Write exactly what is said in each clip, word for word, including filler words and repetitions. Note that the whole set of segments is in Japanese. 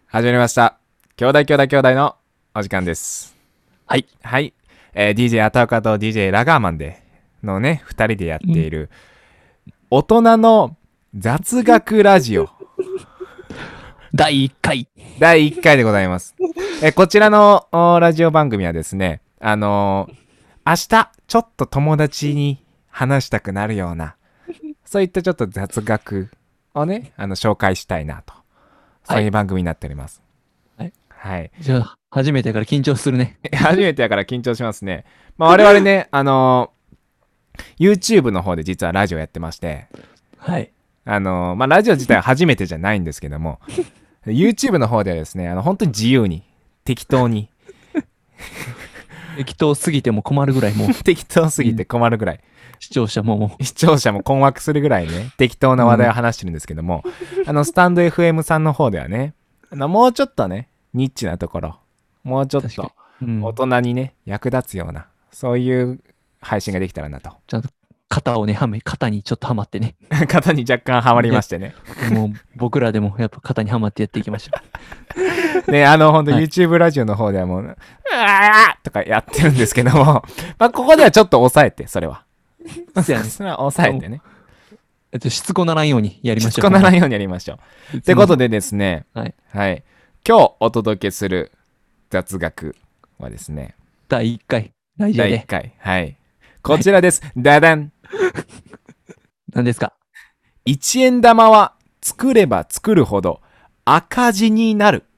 始まりました。兄弟兄弟兄弟のお時間です。 はい。 はい。えー、ディージェー アタオカと ディージェー ラガーマンでのね、二人でやっている大人の雑学ラジオだいいっかい。 だいいっかいでございます。えーこちらのラジオ番組はですね、あのー明日ちょっと友達に話したくなるような、そういったちょっと雑学をね、あの紹介したいなと。そういうはい。 番組になっております。 はい。 はい。 じゃあ、初めてから緊張するね。 初めてやから緊張しますね。まあ、我々ね、あのー YouTube の方で実はラジオやってまして、 はい。 あのーまあ、ラジオ自体は初めてじゃないんですけども、YouTube の方ではですね、あの、本当に自由に、適当に、 適当すぎても困るぐらい、もう、 適当すぎて困るぐらい、 視聴者もも視聴者も困惑するぐらいね、適当なう、 話題をうん。 話してるんですけども、あの、スタンド エフエム さんの方ではね、あの、もうちょっとね、ニッチなところ、もうちょっ確かとに。う大ん。 人にね、役立つような、そういう配信ができたらなと。 ちゃんと肩をね、はめ、肩にちょっとはまってね。 方に若干ハマりまや、 してね。 もう、僕らでもやっぱ肩にはまってやっていきましょね、あの、ほんとう。はい。 YouTube ラジオの方ではもう、うわーとかやってるんですけども、まあ、ここではちょっと抑えて、それは。 そやね。 それは抑えてね。 えっと、しつこならんようにやりしましょう、ほんま。 つこならんようにやりましょう。っいつも。 てことでですね、 はい。 はい。今日お届けする雑学はですね、 だいいっかい。大事だい1 やで。 回。はい。こはい。 ちらです。ダダン。 何ですか？ いちえん玉は作れば作るほど赤字になる。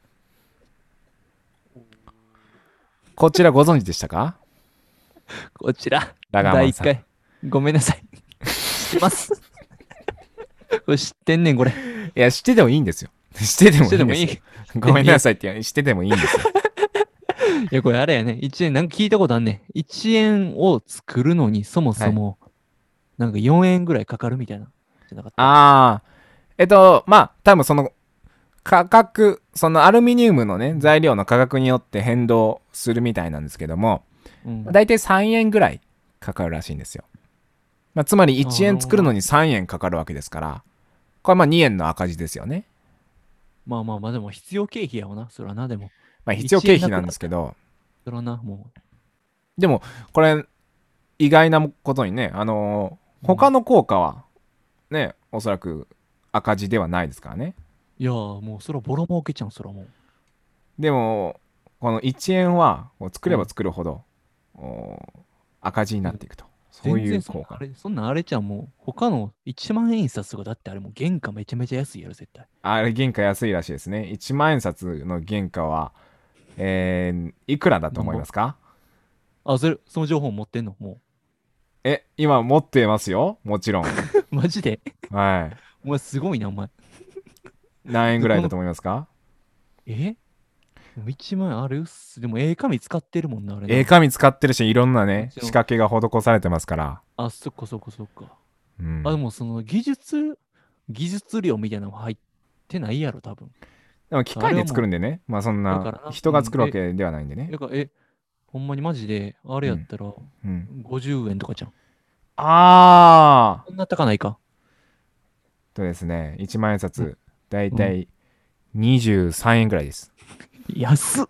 こちらご存知でしたか？ こちら。 ラガーマだい1 ンさん。 回。ごめんなさい。知ってます。これ知ってんねん、これ。 いや、知っててもいいんですよ。知っててもしてでもいい。 いいんですよ。ごめんでもいいや。 なさいって言う知っててもいいんですよ。 いや、これあれやね。いちえん、なんか聞いたことあんねん。いちえんを作るのにそもはい。 そも、なんかよんえんぐらいかかるみたいな。じゃなかった？ あー、えっと、まあ、多分その価格、そのアルミニウムのね、材料の価格によって変動するみたいなんですけども、 うん。 だいたいさんえんぐらいかかるらしいんですよ。まあ、つまり1 ああ、なるほどな。 円作るのにさんえんかかるわけですから、これはまあにえんの赤字ですよね。 まあまあまあ、でも必要経費やわな。そらな、でも。 まあ必要 1円経費なんなくなったら、 ですけど、 そらな、もでもこれ意外なことにね、あのーう。うん。 他の効果はね、おそらく赤字ではないですからね。 いやー、もうそらボロ儲けちゃうん、そらもでも、このいちえんは作う。 ればうん。 作るほど赤字にいや、 なっていくと。そう全いう効果。 然そんなあれ、そんなんあれちゃう、もう、他のいちまん円印刷とかだってあれもう原価めちゃめちゃ安いやろ、絶対。 あれ、原価安いらしいですね。いちまん円札の原価は、えー、いくらだとなんぼ。 思いますか？ あ、それ、その情報持ってんのもえ、今持ってますよ。もちろん。 う。マジで？ はい。 お前すごいな、お前。 何円ぐで、この、 らいだと思いますか？ えでもいちまん円あるっす。でも、ええ紙使ってるもんな、あれな。 ええ紙使ってるし、いろんなね、 もちろん。 仕掛けが施されてますから。 あ、そっかそっかそっか。あ、でうん。 も、その技術、技術量みたいなの入ってないやろ、多分。 でも機械であれはも作るんでね。まあそんう、だな、 からな。 人がうん。え、 作るわけではないんでね。 だから、え、ほんまにマジで、あれうん。 やったら、 うん。 ごじゅうえんとかじゃん。 あーそんな高ないか。 とですね、いちまん円うん。 札、だいうん。 たいにじゅうさんえんぐらいです。 安っ。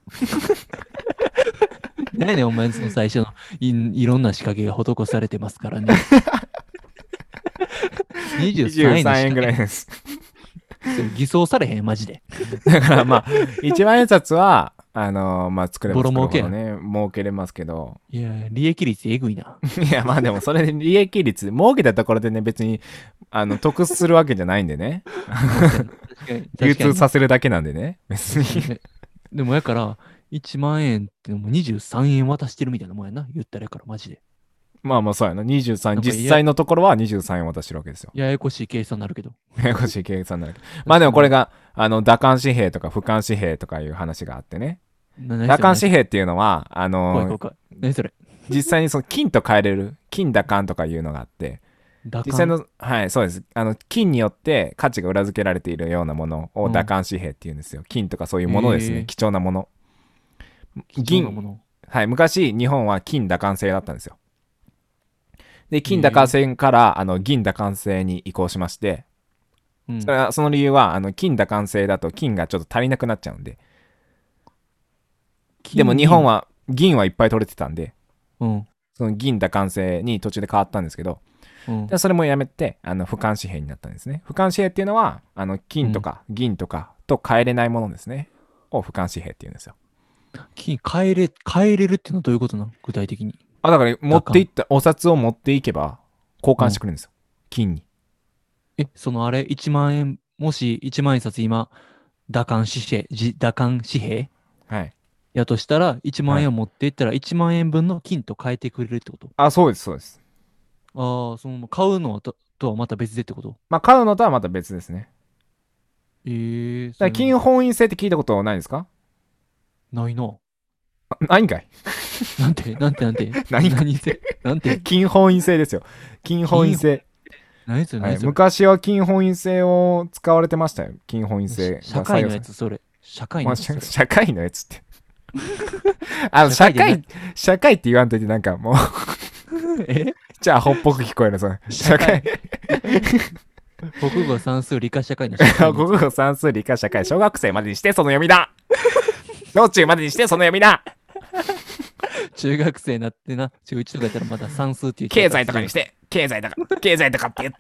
何やねん、お前、その最初のい、いろんな仕掛けが施されてますからね。23 23 円の仕円ぐ掛け。 らいです。 それ偽装されへん、マジで。 だからまあ、いちまん円札は、あのーまあ作ればボロ作る儲けやん。 ほどね、儲けれますけど、 いや、利益率えぐいな。 いやまあでもそれで利益率、儲けたところでね、別に、あの、得するわけじゃないんでね。 まあ、そうやな。確かに、 流確かにな。 通させるだけなんでね、別に。 確かに。えでもやから、いちまん円ってもうにじゅうさんえん渡してるみたいなもんやな。言ったらやから、マジで。 まあまあそうやな。にじゅうさん、 なんかや、 実際のところはにじゅうさんえん渡してるわけですよ。 ややこしい計算になるけど。 ややこしい計算になるけど。まあで確かにな。 もこれが、あの、打艦紙幣とか俯瞰紙幣とかいう話があってね。 な、何打それ、何それ。 艦紙幣っていうのは、あのー怖い怖い怖い。何それ。 実際にその金と変えれる、金打艦とかいうのがあって、 打感。 実際の、はい、そうです。あの、金によって価値が裏付けられているようなものを打うん。 艦紙幣っていうんですよ。金とかそういうものですね。 ええ、 貴重なもの。 貴重な銀、 もの。 はい、昔日本は金打艦制だったんですよ。で、金打艦ええ、 制からあの銀打艦制に移行しまして、 うん。 それはその理由はあの金打完成だと金がちょっと足りなくなっちゃうんで。でも金銀。 日本は銀はいっぱい取れてたんで、 うん。 その銀打完成に途中で変わったんですけど、 うん。 でそれもやめてあの俯瞰紙幣になったんですね。俯瞰紙幣っていうのはあのうん。 金とか銀とかと変えれないものですね。を俯瞰紙幣っていうんですよ。 金、変えれ、変えれるっていうのはどういうことなの具体的に。 あ、だから持ってい打感。 ったお札を持っていけば交うん。 換してくれるんですよ。金に。 え、そのあれ、いちまん円、もしいちまん円札今、打感紙幣、じ打感紙幣はい。 やとしたら、1 はい。 万円を持っていったらいちまん円分の金と変えてくれるってこと？ あ、そうです、そうです。 ああ、その、買うのはと、とはまた別でってこと？ まあ、買うのとはまた別ですね。 ええー、 だからそれなんか、 金本位制って聞いたことないですか？ ないな。 あないんかい。 なんて、なんて、なんて、 ないんかい。 何せ、なんて、 金本位制ですよ。金本位金、 制。 何それ、 はい。 何それ。 昔は金本位制を使われてましたよ。金本位し制社会が採用され、 のやつ、それ。社会のまあ、 やつ、それ。 社社会のやつって。あの、 社会でな、 社会、社会って言わんといてなんかもうえじゃあ、ほっぽく聞こえる、それ。社会。 社会。国語、算数、理科社会の社会のやつ。 国語、算数、理科、社会、小学生までにしてその読みだ。小中までにしてその読みだ。 中学生になってな、中いちとかやったらまだ算数って言っちゃう経からすごい。 済とかにして、経済とか、経済とかって言って、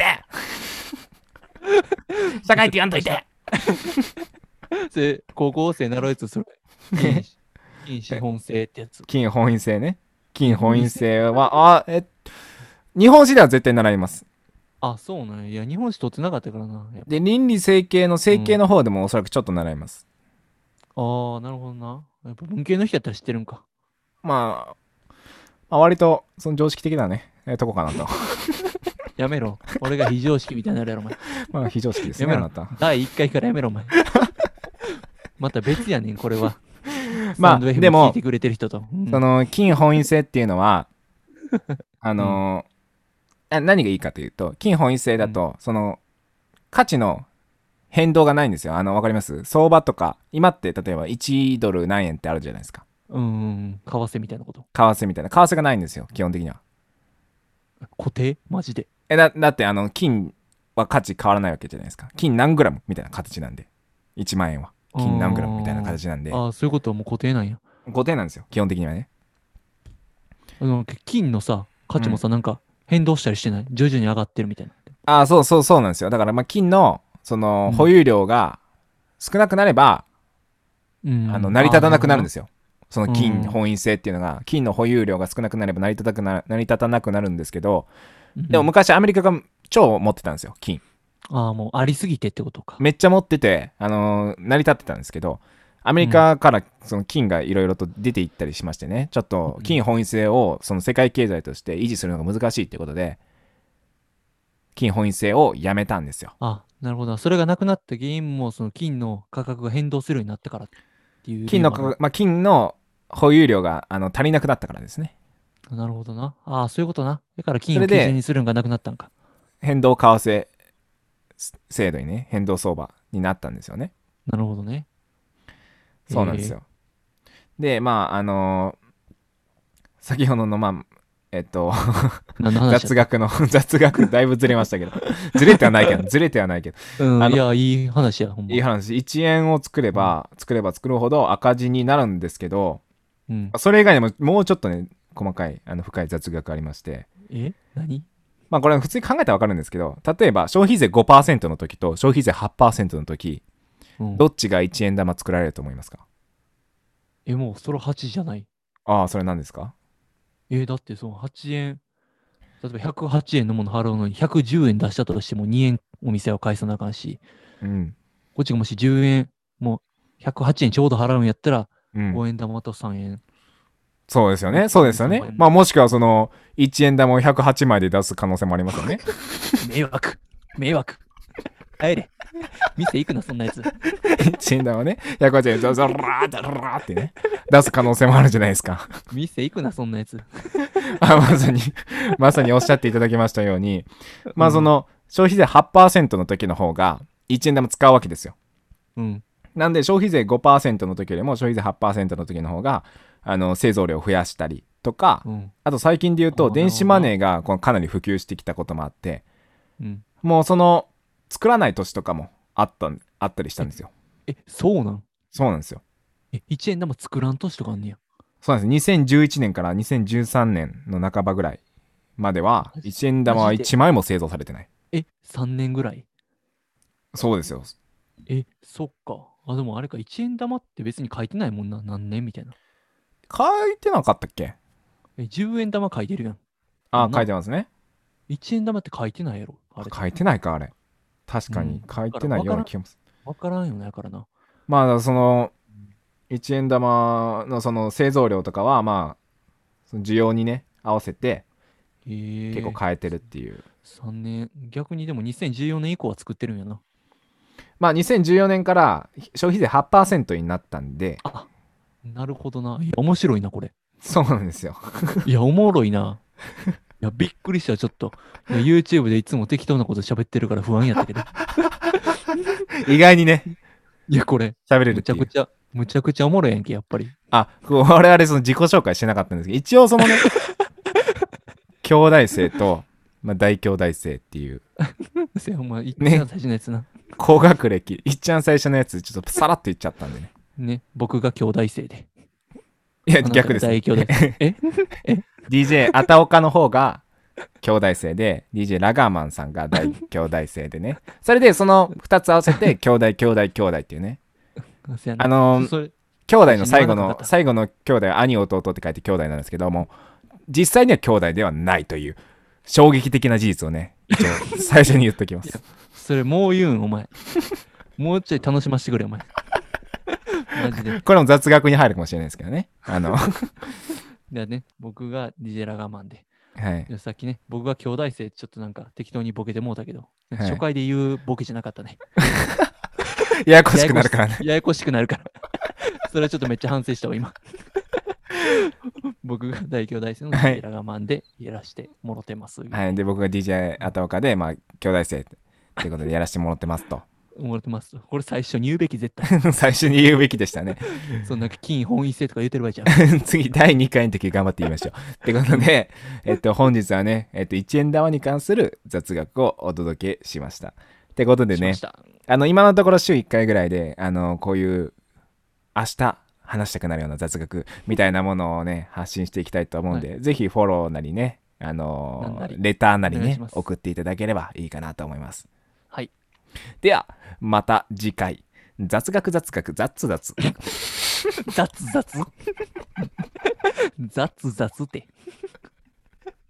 社会って言わんといて。 それ、高校生習うやつ、それ。金、金資本制ってやつ。 金本位制ね。金本位金本位制。 制は、あ、え、日本史では絶対習います。 あ、そうなんや。いや、日本史取ってなかったからな。やっで、 ぱ。 倫理整形の整形うん。 の方でもおそらくちょっと習います。 ああ、なるほどな。やっぱ文系の人やったら知ってるんか。 まあ、まあ、割とその常識的なね、えーとこかなと。 やめろ。俺が非常識みたいになるやろ、お前。 まあ、非常識ですね、 やめろ。 あなた。 だいいっかいからやめろ、お前。また別やねん、これは。スタンまあ、 ド エフエムでも、 聞いてくれてる人と。うん。 その、金本位制っていうのは、あうん。 のーあ何がいいかというと、金本位制うん。 だと、その、価値の変動がないんですよ。あの、わかります相場とか、今って例えばいちドル何円ってあるじゃないですか。 うん。為替みたいなこと。 為替みたいな。為替がないんですよ、基本的には。 固定マジで。 え、だ、だって、あの、金は価値変わらないわけじゃないですか。金何グラムみたいな形なんで。いちまん円は。 うー金何グラムみたいなん。 形なんで。 ああ、そういうことはもう固定なんや。 固定なんですよ、基本的にはね。 あの、金のさ、価うん。 値もさ、なんか変動したりしてない？徐々に上がってるみたいな。 ああ、そうそうそうなんですよ。だから、まあ、金の、その、保うん。 有量が少なくなれば、あの、 うん。ああ、 成り立たななるほどな。 くなるんですよ。そのう金ん。 本位制っていうのが、金の保有量が少なくなれば成り立たくな成り立たなくなるんですけど、でもうん。 昔アメリカが超持ってたんですよ、金。 ああ、もうありすぎてってことか。 めっちゃ持ってて、あのー成り立ってたんですけど、アメリうん。 カからその金がいろいろと出ていったりしましてね、ちょっとうん。 金本位制をその世界経済として維持するのが難しいってことで、金本位制をやめたんですよ。 あ、なるほど。それがなくなった原因も、その金の価格が変動するようになったからっていう理由もあるの？ 金の価格、まあ、金の保有量があの足りなくなったからですね。 なるほどな。ああ、そういうことな。だから金を基準それでにするのがなくなったんか。 変動為替制度にね、変動相場になったんですよね。 なるほどね。ええそうなんですよ。で、まあ、あのー先ほどの、まあ、えっと、 何の話やった？ 雑学の、雑学、だいぶずれましたけど、ずれてはないけど、ずれてはないけど、 うん、 あの、 いや、いい話や、ほんま。 いい話、いちえんを作れうん。 ば、作れば作るほど赤字になるんですけど、 うん。 それ以外にももうちょっとね、細かい、あの、深い雑学ありまして、 え何？ まあこれ普通に考えたらわかるんですけど、例えば消費税ごパーセントの時と消費税はちパーセントの時、 うん。 どっちがいちえん玉作られると思いますか？ え、もうそれはちじゃない？ ああ、それ何ですか？ え、だってそのはちえん、例えばひゃくはちえんのもの払うのにひゃくじゅうえん出したとしてもにえんお店は返さなあかんし、 うん。 こっちがもしじゅうえん、もうひゃくはちえんちょうど払うんやったら、 うん。 ごえん玉とさんえん、にそうですよね。そうですよに、3 ね。 万円。 まあもしくはそのいちえん玉をひゃくはちまいで出す可能性もありますよね。 迷惑。迷惑。帰れ。店行くな、そんなやつ。 いちえん玉ね、ひゃくはちえん、ザザラーザラーってね、出す可能性もあるじゃないですか。 店行くな、そんなやつ。 あまさに、まさにおっしゃっていただきましたように、 うん。 まあその消費税はちパーセントの時の方がいちえん玉使うわけですよ。 うん。 なんで消費税ごパーセントの時よりも消費税はちパーセントの時の方があの製造量を増やしたりとか、 うん。 あと最近で言うとああ、な電子るほどな。 マネーがこのかなり普及してきたこともあって、 うん。 もうその作らない年とかもあったんあったりしたんですよ。 え、そうなん？ そうなんですよ。 え、いちえん玉作らん年とかあんねや。 そうなんです。にせんじゅういちねんからにせんじゅうさんねんの半ばぐらいまでは、 マジいちえん玉はマジで？ いちまいも製造されてない。 え、さんねんぐらい？ そうですよ。 え、そっか。あ、でもあれか、いちえん玉って別に書いてないもんな。何年みたいな。 書いてなかったっけ？ え、じゅうえん玉書いてるやん。やあ、書いんな。 てますね。 いちえん玉って書いてないやろ。あれって。 書いてないか、あれ。確かにうん。 書いてないだから分からん、 ような気がする。 わからんよね。だからな。 まあ、その、 うん。 いちえん玉のその製造量とかは、まあ、その需要にね、合わせて結構へえ。 変えてるっていう。 さんねん。逆にでもにせんじゅうよねん以降は作ってるんやな。 まあ、にせんじゅうよねんから消費税はちパーセントになったんで、 あ、なるほどな。いや、面白いな、これ。 そうなんですよ。 いや、おもろいな。いや、びっくりした、ちょっと。いや、YouTube でいつも適当なこと喋ってるから不安やったけど。 意外にね、 いや、これ、 喋れるっていう。 むちゃくちゃ、むちゃくちゃおもろいやんけ、やっぱり。 あ、こう我々その自己紹介してなかったんですけど、一応そのね、兄弟生と、まあ、大兄弟生っていう、 せや、お前、一ね、 番最初のやつな。 高学歴、いっちゃん最初のやつ、ちょっとさらっと言っちゃったんでね。 ね、僕が兄弟生で。 いや、 あなたが逆ですね。 大兄弟生。ええディージェー あたおかの方が兄弟生で、ディージェー ラガーマンさんが大兄弟生でね。それで、そのふたつ合わせて、兄弟、兄弟、兄弟っていうね。 せやな。 あのー、 そそれ、 兄弟の最後の、 言わなかった最後の兄弟は兄、弟って書いて兄弟なんですけども、実際には兄弟ではないという衝撃的な事実をね、一応最初に言っときまいやす。 それもう言うん、お前。もうちょい楽しませてくれ、お前。マジで。 これも雑学に入るかもしれないですけどね。あの、はでね、僕がディジェラガーマンで。 い。 でさっきね、僕が兄弟生ちょっとなんか適当にボケてもうたけど、 はい初回で言うボケじゃなかったね。 ややこしくなるからね。 ややこしくなるから。それはちょっとめっちゃ反省したわ、今。僕が大兄弟生のディジェラガーマンでやらしてもろてます。 はい。で、僕が ディージェー あたおかで、まあ、兄弟生ってことでやらせてもらってますと。 もろてます。これ最初に言うべき絶対。 最初に言うべきでしたね。 そんな金本位制とか言ってる場合じゃん。 次、だいにかいの時頑張って言いましょう。ってことで、えっと、本日はね、えっと、いちえん玉に関する雑学をお届けしました。ってことでね、 しました。 あの、今のところ週いっかいぐらいで、あの、こういう明日話したくなるような雑学みたいなものをね、発信していきたいと思うんで、ぜひフォローなりね、あなんのなりレターなりねお願いします送っていただければいいかなと思います。 はい。 ではまた次回、雑学雑学雑雑雑雑雑雑って。